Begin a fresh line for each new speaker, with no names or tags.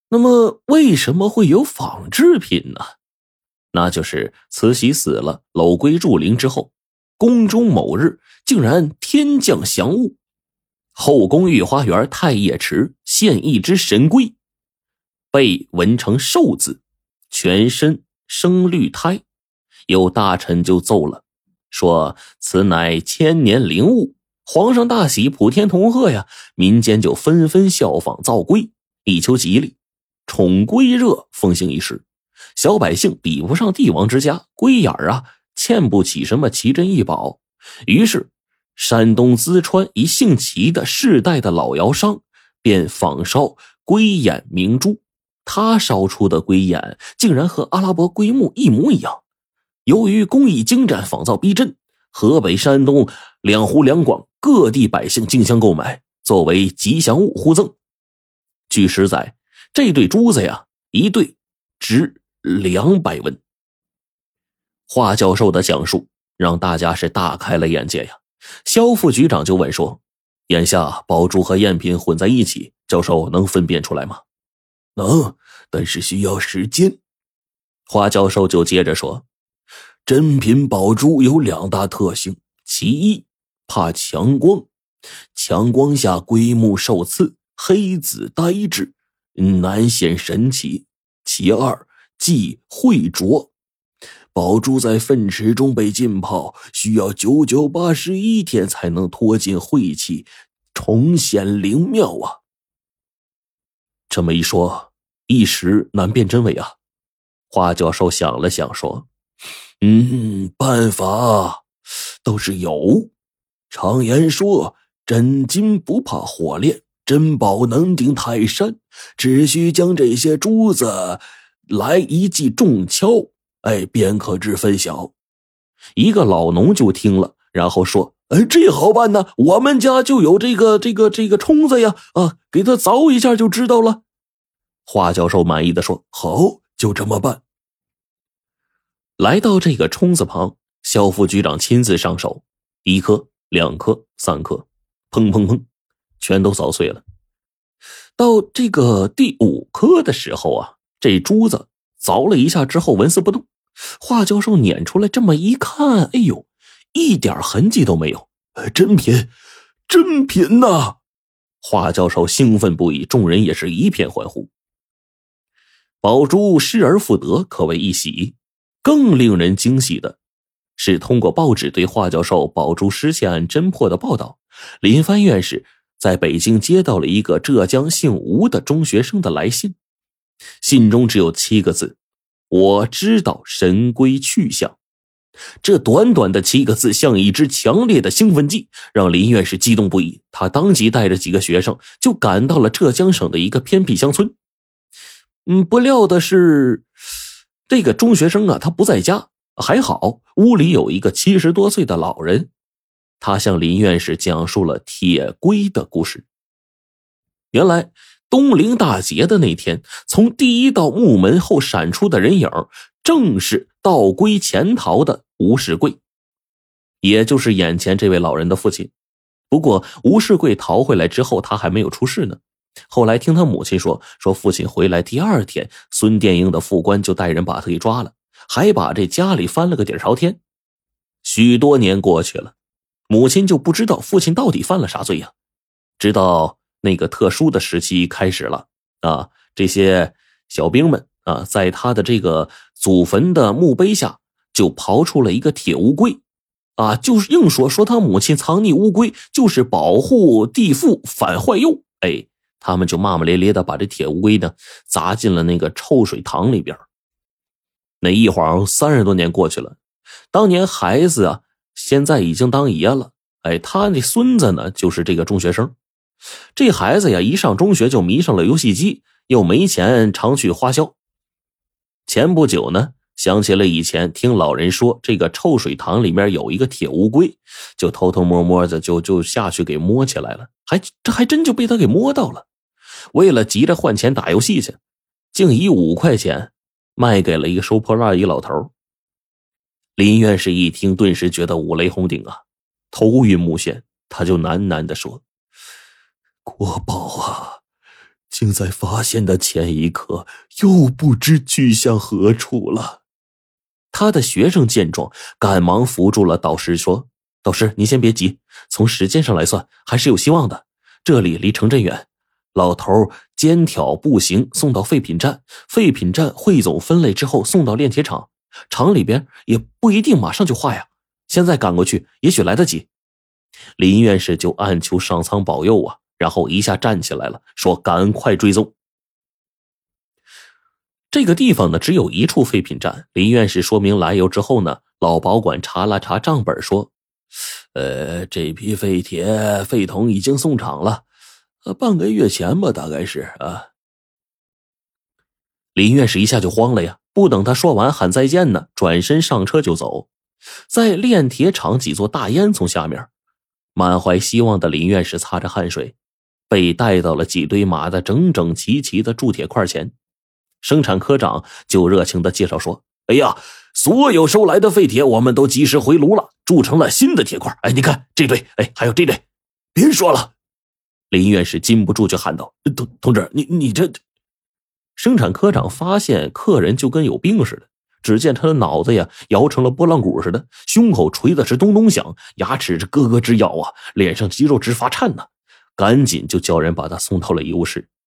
那么为什么会有仿制品呢？那就是慈禧死了，搂龟入陵之后，宫中某日竟然天降祥物，后宫御花园太液池现一只神龟，背纹成寿字，全身生绿胎。有大臣就奏了，说此乃千年灵物，皇上大喜，普天同贺呀，民间就纷纷效仿造龟，以求吉利。宠龟热风行一时，小百姓比不上帝王之家，龟眼啊欠不起什么奇珍异宝。于是山东淄川一姓齐的世代的老窑商便仿烧龟眼明珠，他烧出的龟眼竟然和阿拉伯龟目一模一样。由于工艺精湛，仿造逼真，河北山东两湖两广各地百姓竞相购买，作为吉祥物互赠。据实载，这对珠子呀，一对值200文。华教授的讲述让大家是大开了眼界呀。萧副局长就问说，眼下宝珠和赝品混在一起，教授能分辨出来吗？
能，但是需要时间。
华教授就接着说，
真品宝珠有2大特性，其一，怕强光，强光下龟目受刺，黑紫呆滞，难显神奇。其二，忌秽浊，宝珠在粪池中被浸泡，需要9981天才能脱尽晦气，重现灵妙啊。
这么一说，一时难辨真伪啊。华教授想了想说，
办法倒是有。常言说，真金不怕火炼，珍宝能顶泰山，只需将这些珠子来一记重敲，便可知分晓。
一个老农就听了，然后说，
这好办呢，我们家就有这个冲子呀，给他凿一下就知道了。
华教授满意的说，
好，就这么办。
来到这个冲子旁，萧副局长亲自上手，1颗、2颗、3颗，砰砰砰，全都凿碎了。到这个第5颗的时候啊，这珠子凿了一下之后纹丝不动。华教授捻出来这么一看，哎呦，一点痕迹都没有。
真品，真品呐！
华教授兴奋不已，众人也是一片欢呼。宝珠失而复得，可谓一喜。更令人惊喜的是，通过报纸对华教授宝珠失窃案侦破的报道，林帆院士在北京接到了一个浙江姓吴的中学生的来信，信中只有7个字，我知道神龟去向。这短短的7个字像一支强烈的兴奋剂，让林院士激动不已。他当即带着几个学生就赶到了浙江省的一个偏僻乡村。不料的是，这个中学生啊，他不在家，还好屋里有一个70多岁的老人。他向林院士讲述了铁龟的故事。原来东陵大劫的那天，从第1道木门后闪出的人影，正是盗龟潜逃的吴世贵，也就是眼前这位老人的父亲。不过吴世贵逃回来之后，他还没有出事呢。后来听他母亲说父亲回来第2天，孙殿英的副官就带人把他给抓了，还把这家里翻了个底朝天。许多年过去了，母亲就不知道父亲到底犯了啥罪呀。直到那个特殊的时期开始了啊，这些小兵们啊，在他的这个祖坟的墓碑下就刨出了一个铁乌龟啊，就是硬说他母亲藏匿乌龟就是保护地父反坏幼。他们就骂骂咧咧的把这铁乌龟呢砸进了那个臭水塘里边。那一晃30多年过去了，当年孩子啊现在已经当爷了，他那孙子呢就是这个中学生。这孩子呀一上中学就迷上了游戏机，又没钱常去花销。前不久呢想起了以前听老人说这个臭水塘里面有一个铁乌龟，就偷偷摸摸的就下去给摸起来了，这还真就被他给摸到了。为了急着换钱打游戏去，竟以5块钱卖给了一个收破烂一老头。林院士一听顿时觉得五雷轰顶啊，头晕目眩，他就喃喃地说，
国宝啊， 竟在发现的前一刻又不知去向何处了。
他的学生见状，赶忙扶住了导师，说：“导师，您先别急，从时间上来算，还是有希望的。这里离城镇远，老头肩挑步行送到废品站，废品站汇总分类之后送到炼铁厂，厂里边也不一定马上就化呀。现在赶过去，也许来得及。”林院士就暗求上苍保佑啊，然后一下站起来了，说：“赶快追踪。”这个地方呢，只有一处废品站。林院士说明来由之后呢，老保管查了查账本，说：“
这批废铁废桶已经送厂了，半个月前吧，大概是啊。”
林院士一下就慌了呀，不等他说完喊再见呢，转身上车就走。在炼铁厂几座大烟囱下面，满怀希望的林院士擦着汗水，被带到了几堆码得整整齐齐的铸铁块前。生产科长就热情地介绍说：“哎呀，所有收来的废铁我们都及时回炉了，铸成了新的铁块。哎，你看这堆，哎，还有这堆。”“
别说了！”
林院士禁不住就喊道：“
同志，你这……”
生产科长发现客人就跟有病似的，只见他的脑子呀摇成了拨浪鼓似的，胸口锤的是咚咚响，牙齿咯咯直咬啊，脸上肌肉直发颤呢，赶紧就叫人把他送到了医务室。